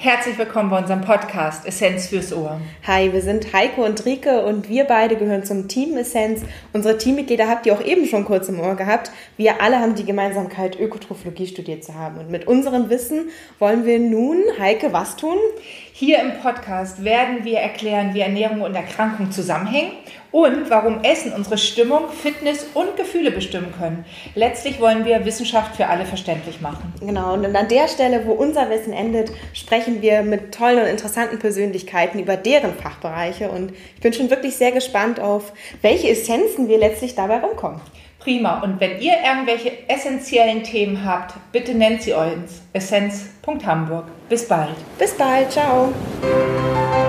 Herzlich willkommen bei unserem Podcast Essenz fürs Ohr. Hi, wir sind Heike und Rike und wir beide gehören zum Team Essenz. Unsere Teammitglieder habt ihr auch eben schon kurz im Ohr gehabt. Wir alle haben die Gemeinsamkeit, Ökotrophologie studiert zu haben. Und mit unserem Wissen wollen wir nun, Heike, was tun? Hier im Podcast werden wir erklären, wie Ernährung und Erkrankung zusammenhängen und warum Essen unsere Stimmung, Fitness und Gefühle bestimmen können. Letztlich wollen wir Wissenschaft für alle verständlich machen. Genau, und an der Stelle, wo unser Wissen endet, sprechen wir mit tollen und interessanten Persönlichkeiten über deren Fachbereiche. Und ich bin schon wirklich sehr gespannt auf, welche Essenzen wir letztlich dabei rumkommen. Prima. Und wenn ihr irgendwelche essentiellen Themen habt, bitte nennt sie uns. Essenz.Hamburg. Bis bald. Bis bald. Ciao.